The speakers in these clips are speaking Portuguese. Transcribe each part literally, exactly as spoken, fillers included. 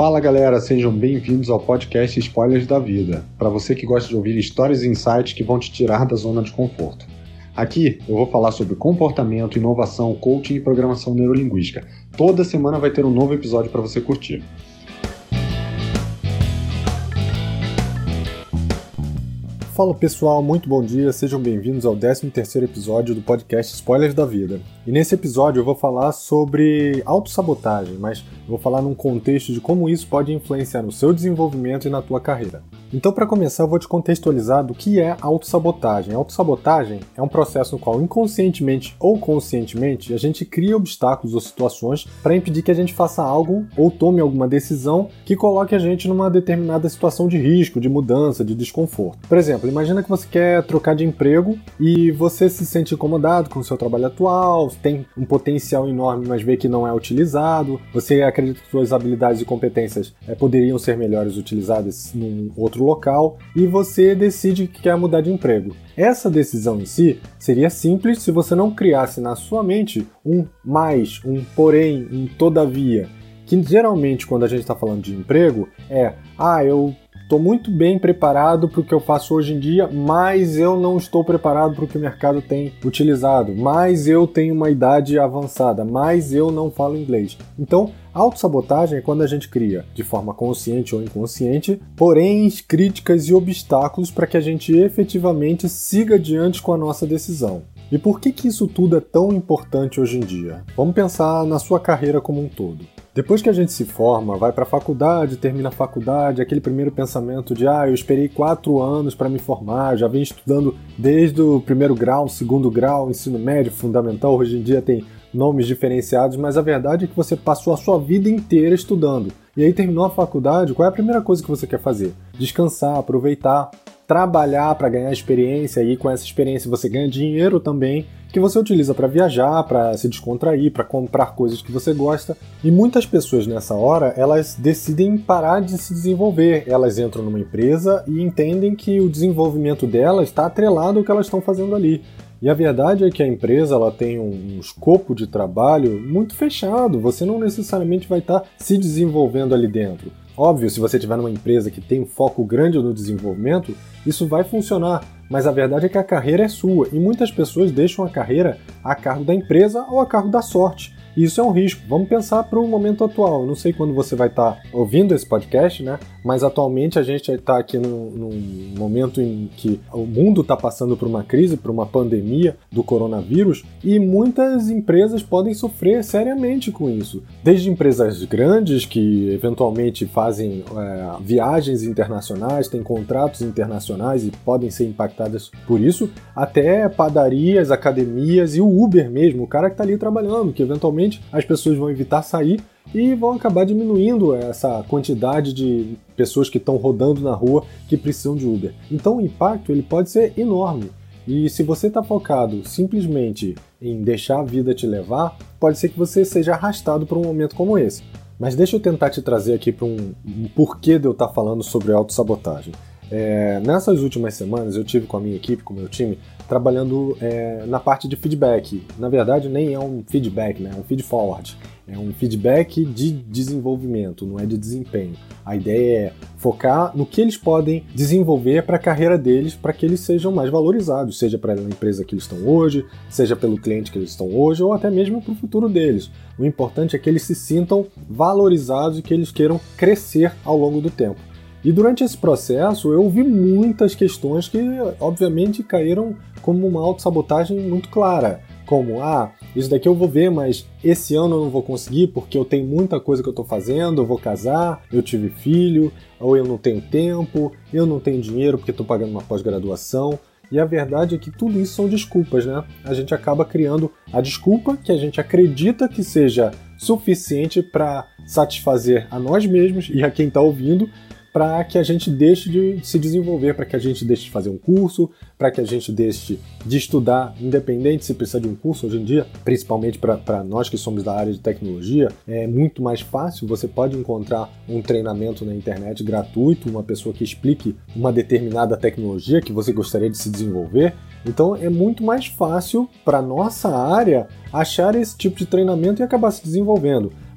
Fala galera, sejam bem-vindos ao podcast Spoilers da Vida, para você que gosta de ouvir histórias e insights que vão te tirar da zona de conforto. Aqui eu vou falar sobre comportamento, inovação, coaching e programação neurolinguística. Toda semana vai ter um novo episódio para você curtir. Fala pessoal, muito bom dia, sejam bem-vindos ao décimo terceiro episódio do podcast Spoilers da Vida. E nesse episódio eu vou falar sobre autossabotagem, mas eu vou falar num contexto de como isso pode influenciar no seu desenvolvimento e na tua carreira. Então, para começar, eu vou te contextualizar do que é autossabotagem. Autossabotagem é um processo no qual, inconscientemente ou conscientemente, a gente cria obstáculos ou situações para impedir que a gente faça algo ou tome alguma decisão que coloque a gente numa determinada situação de risco, de mudança, de desconforto. Por exemplo, imagina que você quer trocar de emprego e você se sente incomodado com o seu trabalho atual, tem um potencial enorme, mas vê que não é utilizado, você acredita que suas habilidades e competências é, poderiam ser melhores utilizadas num outro local e você decide que quer mudar de emprego. Essa decisão em si seria simples se você não criasse na sua mente um mais, um porém, um todavia, que geralmente quando a gente está falando de emprego é, ah, eu estou muito bem preparado para o que eu faço hoje em dia, mas eu não estou preparado para o que o mercado tem utilizado, mas eu tenho uma idade avançada, mas eu não falo inglês. Então, autossabotagem é quando a gente cria, de forma consciente ou inconsciente, porém críticas e obstáculos para que a gente efetivamente siga adiante com a nossa decisão. E por que que isso tudo é tão importante hoje em dia? Vamos pensar na sua carreira como um todo. Depois que a gente se forma, vai para a faculdade, termina a faculdade, aquele primeiro pensamento de ah, eu esperei quatro anos para me formar, já venho estudando desde o primeiro grau, segundo grau, ensino médio, fundamental, hoje em dia tem nomes diferenciados, mas a verdade é que você passou a sua vida inteira estudando. E aí terminou a faculdade, qual é a primeira coisa que você quer fazer? Descansar, aproveitar, trabalhar para ganhar experiência e com essa experiência você ganha dinheiro também, que você utiliza para viajar, para se descontrair, para comprar coisas que você gosta. E muitas pessoas nessa hora, elas decidem parar de se desenvolver. Elas entram numa empresa e entendem que o desenvolvimento delas está atrelado ao que elas estão fazendo ali. E a verdade é que a empresa ela tem um, um escopo de trabalho muito fechado. Você não necessariamente vai estar se desenvolvendo ali dentro. Óbvio, se você estiver numa empresa que tem um foco grande no desenvolvimento, isso vai funcionar, mas a verdade é que a carreira é sua e muitas pessoas deixam a carreira a cargo da empresa ou a cargo da sorte. E isso é um risco. Vamos pensar para o momento atual. Eu não sei quando você vai estar ouvindo esse podcast, né? Mas atualmente a gente está aqui num, num momento em que o mundo está passando por uma crise, por uma pandemia do coronavírus e muitas empresas podem sofrer seriamente com isso. Desde empresas grandes que eventualmente fazem é, viagens internacionais, têm contratos internacionais e podem ser impactadas por isso, até padarias, academias e o Uber mesmo, o cara que está ali trabalhando, que eventualmente as pessoas vão evitar sair e vão acabar diminuindo essa quantidade de pessoas que estão rodando na rua que precisam de Uber. Então o impacto ele pode ser enorme. E se você está focado simplesmente em deixar a vida te levar, pode ser que você seja arrastado para um momento como esse. Mas deixa eu tentar te trazer aqui para um, um porquê de eu estar falando sobre autossabotagem. É, nessas últimas semanas eu tive com a minha equipe, com o meu time, trabalhando é, na parte de feedback. Na verdade nem é um feedback, né? É um feed forward. É um feedback de desenvolvimento, não é de desempenho. A ideia é focar no que eles podem desenvolver para a carreira deles, para que eles sejam mais valorizados, seja para a empresa que eles estão hoje, seja pelo cliente que eles estão hoje, ou até mesmo para o futuro deles. O importante é que eles se sintam valorizados e que eles queiram crescer ao longo do tempo. E durante esse processo eu ouvi muitas questões que obviamente caíram como uma autossabotagem muito clara. Como, ah, isso daqui eu vou ver, mas esse ano eu não vou conseguir porque eu tenho muita coisa que eu estou fazendo, eu vou casar, eu tive filho, ou eu não tenho tempo, eu não tenho dinheiro porque estou pagando uma pós-graduação. E a verdade é que tudo isso são desculpas, né? A gente acaba criando a desculpa que a gente acredita que seja suficiente para satisfazer a nós mesmos e a quem está ouvindo, para que a gente deixe de se desenvolver, para que a gente deixe de fazer um curso, para que a gente deixe de estudar, independente se precisa de um curso hoje em dia, principalmente para nós que somos da área de tecnologia, é muito mais fácil, você pode encontrar um treinamento na internet gratuito, uma pessoa que explique uma determinada tecnologia que você gostaria de se desenvolver, então é muito mais fácil para a nossa área achar esse tipo de treinamento e acabar se desenvolvendo.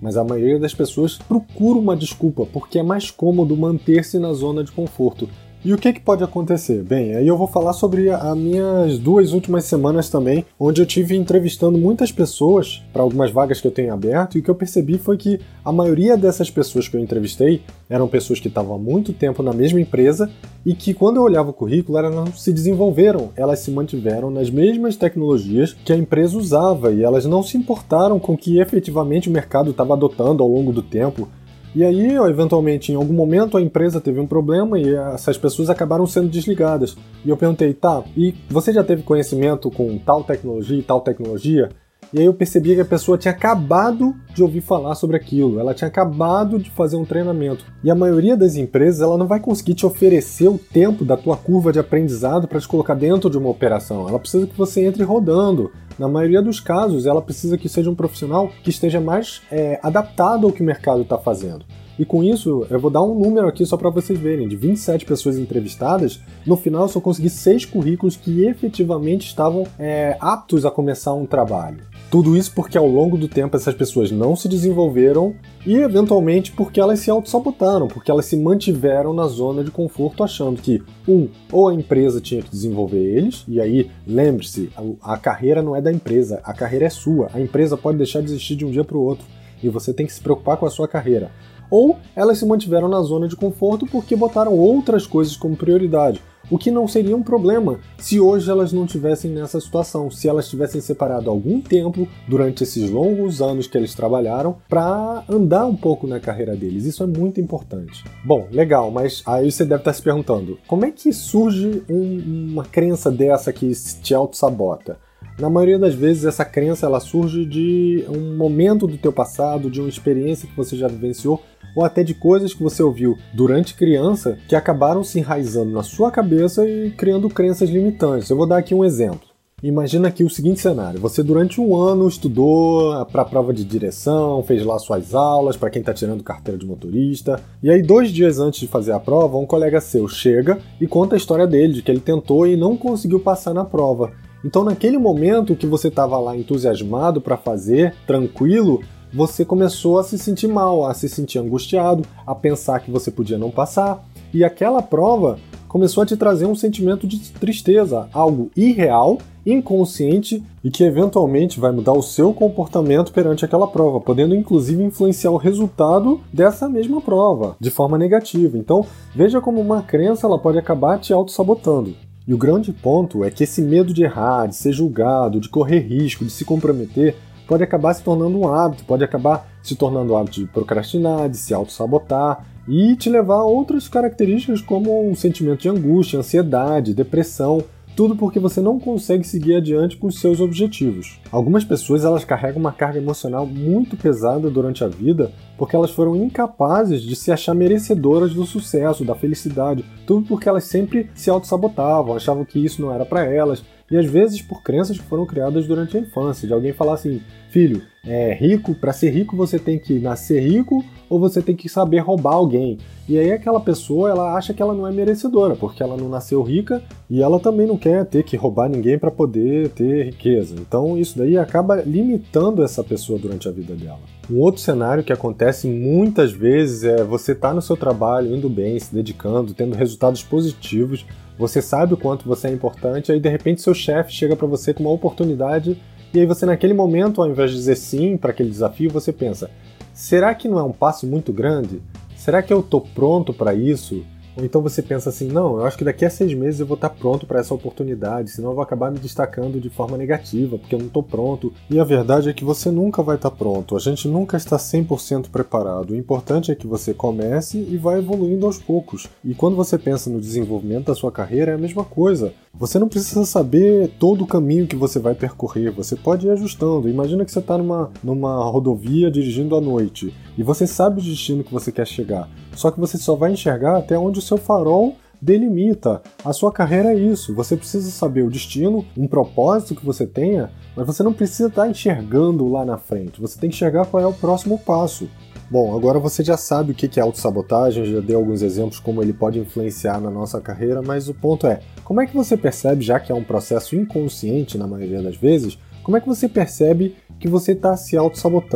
mas a maioria das pessoas procura uma desculpa, porque é mais cômodo manter-se na zona de conforto. E o que, que pode acontecer? Bem, aí eu vou falar sobre as minhas duas últimas semanas também, onde eu tive entrevistando muitas pessoas para algumas vagas que eu tenho aberto, e o que eu percebi foi que a maioria dessas pessoas que eu entrevistei eram pessoas que estavam há muito tempo na mesma empresa e que, quando eu olhava o currículo, elas não se desenvolveram, elas se mantiveram nas mesmas tecnologias que a empresa usava e elas não se importaram com o que efetivamente o mercado estava adotando ao longo do tempo. E aí, eventualmente, em algum momento, a empresa teve um problema e essas pessoas acabaram sendo desligadas. E eu perguntei, tá, e você já teve conhecimento com tal tecnologia e tal tecnologia? E aí eu percebi que a pessoa tinha acabado de ouvir falar sobre aquilo, ela tinha acabado de fazer um treinamento. E a maioria das empresas, ela não vai conseguir te oferecer o tempo da tua curva de aprendizado para te colocar dentro de uma operação. Ela precisa que você entre rodando. Na maioria dos casos, ela precisa que seja um profissional que esteja mais é, adaptado ao que o mercado está fazendo. E com isso, eu vou dar um número aqui só para vocês verem. De vinte e sete pessoas entrevistadas, no final eu só consegui seis currículos que efetivamente estavam é, aptos a começar um trabalho. Tudo isso porque ao longo do tempo essas pessoas não se desenvolveram e eventualmente porque elas se auto-sabotaram, porque elas se mantiveram na zona de conforto achando que, um, ou a empresa tinha que desenvolver eles, e aí, lembre-se, a, a carreira não é da empresa, a carreira é sua. A empresa pode deixar de existir de um dia para o outro e você tem que se preocupar com a sua carreira. Ou elas se mantiveram na zona de conforto porque botaram outras coisas como prioridade, o que não seria um problema se hoje elas não estivessem nessa situação, se elas tivessem separado algum tempo durante esses longos anos que eles trabalharam para andar um pouco na carreira deles. Isso é muito importante. Bom, legal, mas aí você deve estar se perguntando, como é que surge um, uma crença dessa que te auto-sabota? Na maioria das vezes essa crença ela surge de um momento do teu passado, de uma experiência que você já vivenciou, ou até de coisas que você ouviu durante criança que acabaram se enraizando na sua cabeça e criando crenças limitantes. Eu vou dar aqui um exemplo. Imagina aqui o seguinte cenário, você durante um ano estudou para a prova de direção, fez lá suas aulas para quem está tirando carteira de motorista, e aí dois dias antes de fazer a prova, um colega seu chega e conta a história dele, de que ele tentou e não conseguiu passar na prova. Então naquele momento que você estava lá entusiasmado para fazer, tranquilo, você começou a se sentir mal, a se sentir angustiado, a pensar que você podia não passar, e aquela prova começou a te trazer um sentimento de tristeza, algo irreal, inconsciente e que eventualmente vai mudar o seu comportamento perante aquela prova, podendo inclusive influenciar o resultado dessa mesma prova, de forma negativa. Então, veja como uma crença ela pode acabar te auto-sabotando. E o grande ponto é que esse medo de errar, de ser julgado, de correr risco, de se comprometer, pode acabar se tornando um hábito, pode acabar se tornando um hábito de procrastinar, de se auto-sabotar e te levar a outras características como um sentimento de angústia, ansiedade, depressão, tudo porque você não consegue seguir adiante com os seus objetivos. Algumas pessoas elas carregam uma carga emocional muito pesada durante a vida porque elas foram incapazes de se achar merecedoras do sucesso, da felicidade, tudo porque elas sempre se auto-sabotavam, achavam que isso não era para elas, e às vezes por crenças que foram criadas durante a infância, de alguém falar assim, filho, é rico, para ser rico você tem que nascer rico ou você tem que saber roubar alguém. E aí aquela pessoa ela acha que ela não é merecedora, porque ela não nasceu rica e ela também não quer ter que roubar ninguém para poder ter riqueza. Então isso daí acaba limitando essa pessoa durante a vida dela. Um outro cenário que acontece muitas vezes é você estar tá no seu trabalho, indo bem, se dedicando, tendo resultados positivos, você sabe o quanto você é importante, aí de repente seu chefe chega para você com uma oportunidade e aí você naquele momento, ao invés de dizer sim para aquele desafio, você pensa, será que não é um passo muito grande? Será que eu estou pronto para isso? Ou então você pensa assim, não, eu acho que daqui a seis meses eu vou estar pronto para essa oportunidade, senão eu vou acabar me destacando de forma negativa, porque eu não estou pronto. E a verdade é que você nunca vai estar pronto, a gente nunca está cem por cento preparado. O importante é que você comece e vá evoluindo aos poucos. E quando você pensa no desenvolvimento da sua carreira, é a mesma coisa. Você não precisa saber todo o caminho que você vai percorrer, você pode ir ajustando. Imagina que você está numa, numa rodovia dirigindo à noite, e você sabe o destino que você quer chegar, só que você só vai enxergar até onde o seu farol delimita. A sua carreira é isso, você precisa saber o destino, um propósito que você tenha, mas você não precisa estar enxergando lá na frente, você tem que enxergar qual é o próximo passo. Bom, agora você já sabe o que é autossabotagem, já dei alguns exemplos como ele pode influenciar na nossa carreira, mas o ponto é, como é que você percebe, já que é um processo inconsciente na maioria das vezes, como é que você percebe que você está se autossabotando?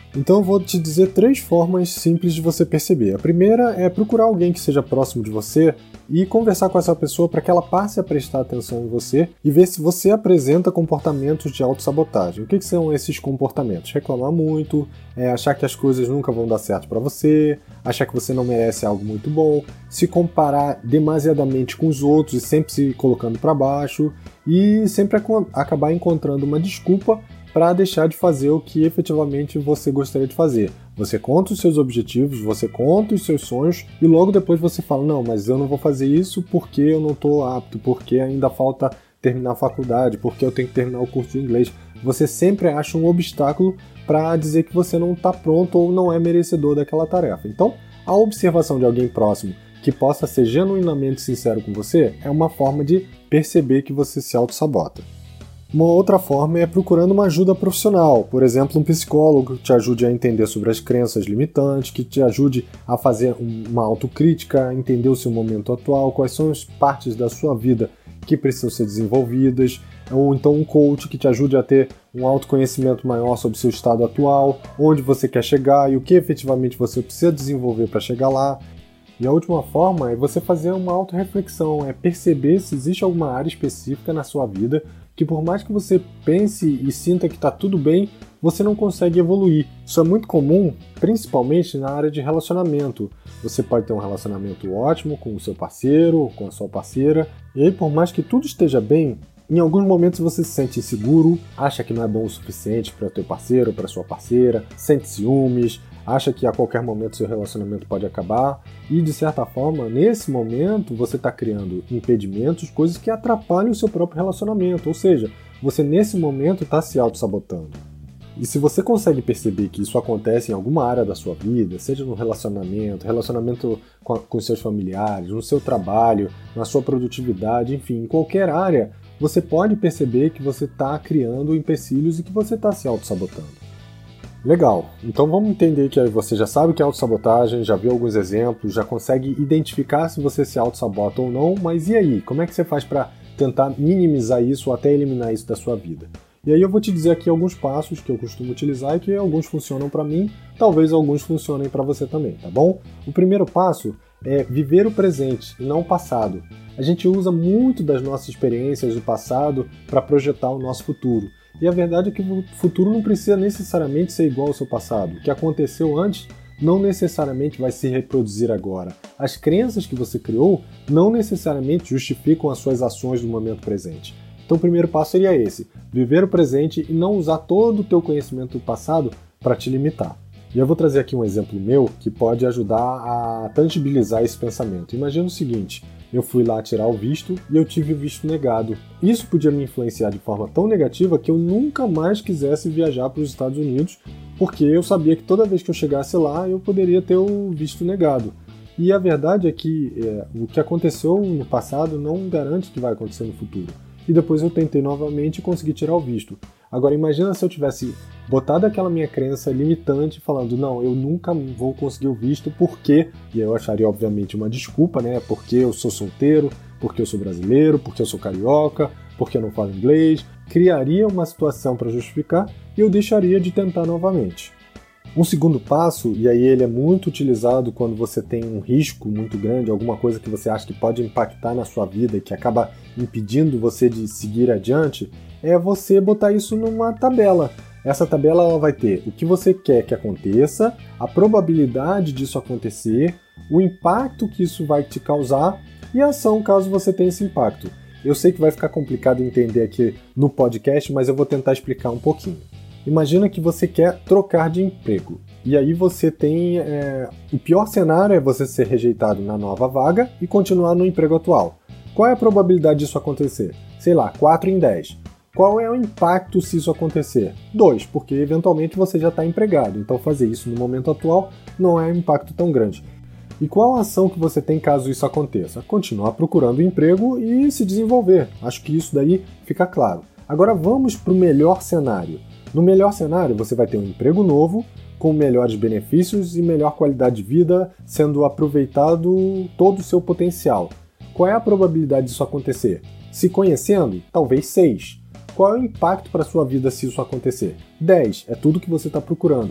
Então eu vou te dizer três formas simples de você perceber. A primeira é procurar alguém que seja próximo de você e conversar com essa pessoa para que ela passe a prestar atenção em você e ver se você apresenta comportamentos de autossabotagem. O que, que são esses comportamentos? Reclamar muito, é, achar que as coisas nunca vão dar certo para você, achar que você não merece algo muito bom, se comparar demasiadamente com os outros e sempre se colocando para baixo e sempre acabar encontrando uma desculpa para deixar de fazer o que efetivamente você gostaria de fazer. Você conta os seus objetivos, você conta os seus sonhos e logo depois você fala, não, mas eu não vou fazer isso porque eu não estou apto, porque ainda falta terminar a faculdade, porque eu tenho que terminar o curso de inglês. Você sempre acha um obstáculo para dizer que você não está pronto ou não é merecedor daquela tarefa. Então, a observação de alguém próximo que possa ser genuinamente sincero com você é uma forma de perceber que você se auto-sabota. Uma outra forma é procurando uma ajuda profissional, por exemplo, um psicólogo que te ajude a entender sobre as crenças limitantes, que te ajude a fazer uma autocrítica, a entender o seu momento atual, quais são as partes da sua vida que precisam ser desenvolvidas, ou então um coach que te ajude a ter um autoconhecimento maior sobre o seu estado atual, onde você quer chegar e o que efetivamente você precisa desenvolver para chegar lá. E a última forma é você fazer uma autorreflexão, é perceber se existe alguma área específica na sua vida que por mais que você pense e sinta que está tudo bem, você não consegue evoluir. Isso é muito comum, principalmente na área de relacionamento. Você pode ter um relacionamento ótimo com o seu parceiro ou com a sua parceira, e aí por mais que tudo esteja bem, em alguns momentos você se sente inseguro, acha que não é bom o suficiente para o teu parceiro ou para sua parceira, sente ciúmes, acha que a qualquer momento seu relacionamento pode acabar e, de certa forma, nesse momento você está criando impedimentos, coisas que atrapalham o seu próprio relacionamento, ou seja, você nesse momento está se auto-sabotando. E se você consegue perceber que isso acontece em alguma área da sua vida, seja no relacionamento, relacionamento com, a, com seus familiares, no seu trabalho, na sua produtividade, enfim, em qualquer área, você pode perceber que você está criando empecilhos e que você está se auto-sabotando. Legal, então vamos entender que você já sabe o que é autossabotagem, já viu alguns exemplos, já consegue identificar se você se autossabota ou não, mas e aí? Como é que você faz para tentar minimizar isso ou até eliminar isso da sua vida? E aí eu vou te dizer aqui alguns passos que eu costumo utilizar e que alguns funcionam para mim, talvez alguns funcionem para você também, tá bom? O primeiro passo é viver o presente e não o passado. A gente usa muito das nossas experiências do passado para projetar o nosso futuro. E a verdade é que o futuro não precisa necessariamente ser igual ao seu passado. O que aconteceu antes não necessariamente vai se reproduzir agora. As crenças que você criou não necessariamente justificam as suas ações no momento presente. Então o primeiro passo seria esse, viver o presente e não usar todo o teu conhecimento do passado para te limitar. E eu vou trazer aqui um exemplo meu que pode ajudar a tangibilizar esse pensamento. Imagina o seguinte, eu fui lá tirar o visto e eu tive o visto negado. Isso podia me influenciar de forma tão negativa que eu nunca mais quisesse viajar para os Estados Unidos, porque eu sabia que toda vez que eu chegasse lá eu poderia ter o visto negado. E a verdade é que é, o que aconteceu no passado não garante que vai acontecer no futuro. E depois eu tentei novamente e consegui tirar o visto. Agora imagina se eu tivesse botado aquela minha crença limitante falando, não, eu nunca vou conseguir o visto porque, e eu acharia obviamente uma desculpa, né, porque eu sou solteiro, porque eu sou brasileiro, porque eu sou carioca, porque eu não falo inglês, criaria uma situação para justificar e eu deixaria de tentar novamente. Um segundo passo, e aí ele é muito utilizado quando você tem um risco muito grande, alguma coisa que você acha que pode impactar na sua vida e que acaba impedindo você de seguir adiante, é você botar isso numa tabela. Essa tabela ela vai ter o que você quer que aconteça, a probabilidade disso acontecer, o impacto que isso vai te causar e a ação caso você tenha esse impacto. Eu sei que vai ficar complicado entender aqui no podcast, mas eu vou tentar explicar um pouquinho. Imagina que você quer trocar de emprego. E aí você tem... É... O pior cenário é você ser rejeitado na nova vaga e continuar no emprego atual. Qual é a probabilidade disso acontecer? Sei lá, quatro em dez. Qual é o impacto se isso acontecer? dois, porque eventualmente você já está empregado. Então fazer isso no momento atual não é um impacto tão grande. E qual a ação que você tem caso isso aconteça? Continuar procurando emprego e se desenvolver. Acho que isso daí fica claro. Agora vamos para o melhor cenário. No melhor cenário, você vai ter um emprego novo, com melhores benefícios e melhor qualidade de vida, sendo aproveitado todo o seu potencial. Qual é a probabilidade disso acontecer? Se conhecendo, talvez seis. Qual é o impacto para a sua vida se isso acontecer? dez. É tudo que você está procurando.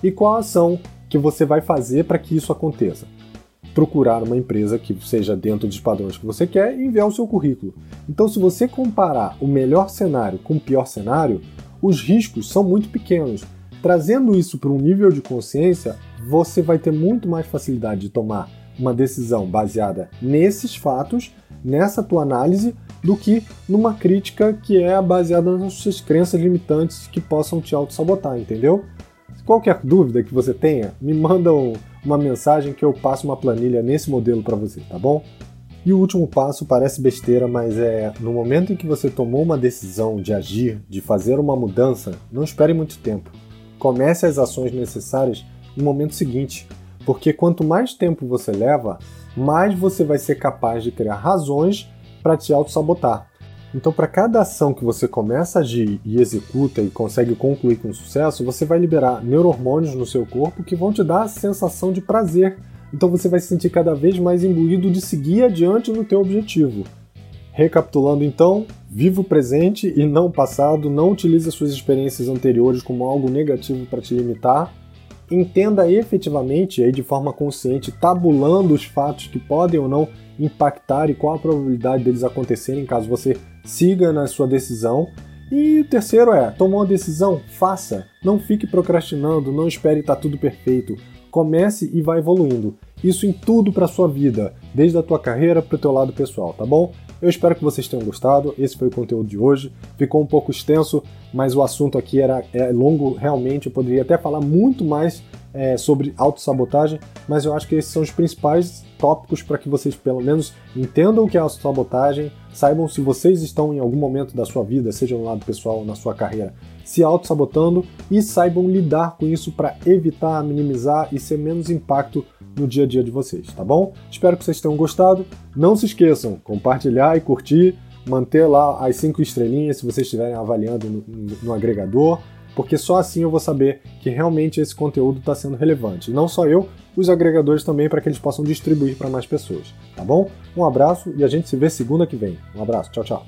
E qual a ação que você vai fazer para que isso aconteça? Procurar uma empresa que seja dentro dos padrões que você quer e enviar o seu currículo. Então, se você comparar o melhor cenário com o pior cenário, os riscos são muito pequenos. Trazendo isso para um nível de consciência, você vai ter muito mais facilidade de tomar uma decisão baseada nesses fatos, nessa tua análise, do que numa crítica que é baseada nas suas crenças limitantes que possam te auto-sabotar, entendeu? Qualquer dúvida que você tenha, me manda um, uma mensagem que eu passo uma planilha nesse modelo para você, tá bom? E o último passo parece besteira, mas é no momento em que você tomou uma decisão de agir, de fazer uma mudança, não espere muito tempo. Comece as ações necessárias no momento seguinte, porque quanto mais tempo você leva, mais você vai ser capaz de criar razões para te auto-sabotar. Então, para cada ação que você começa a agir e executa e consegue concluir com sucesso, você vai liberar neurohormônios no seu corpo que vão te dar a sensação de prazer. Então você vai se sentir cada vez mais imbuído de seguir adiante no teu objetivo. Recapitulando então, viva o presente e não o passado, não utilize as suas experiências anteriores como algo negativo para te limitar. Entenda efetivamente, aí de forma consciente, tabulando os fatos que podem ou não impactar e qual a probabilidade deles acontecerem caso você siga na sua decisão. E o terceiro é, tomou uma decisão, faça. Não fique procrastinando, não espere estar tudo perfeito. Comece e vá evoluindo. Isso em tudo para a sua vida, desde a tua carreira para o teu lado pessoal, tá bom? Eu espero que vocês tenham gostado, esse foi o conteúdo de hoje. Ficou um pouco extenso, mas o assunto aqui era é longo realmente, eu poderia até falar muito mais é, sobre autossabotagem, mas eu acho que esses são os principais tópicos para que vocês pelo menos entendam o que é autossabotagem, saibam se vocês estão em algum momento da sua vida, seja no lado pessoal ou na sua carreira, se autossabotando e saibam lidar com isso para evitar, minimizar e ser menos impacto no dia a dia de vocês, tá bom? Espero que vocês tenham gostado. Não se esqueçam, compartilhar e curtir, manter lá as cinco estrelinhas se vocês estiverem avaliando no, no, no agregador, porque só assim eu vou saber que realmente esse conteúdo está sendo relevante. E não só eu, os agregadores também, para que eles possam distribuir para mais pessoas, tá bom? Um abraço e a gente se vê segunda que vem. Um abraço, tchau, tchau.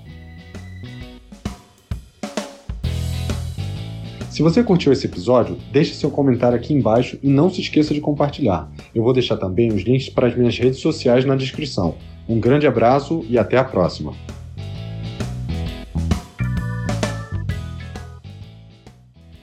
Se você curtiu esse episódio, deixe seu comentário aqui embaixo e não se esqueça de compartilhar. Eu vou deixar também os links para as minhas redes sociais na descrição. Um grande abraço e até a próxima!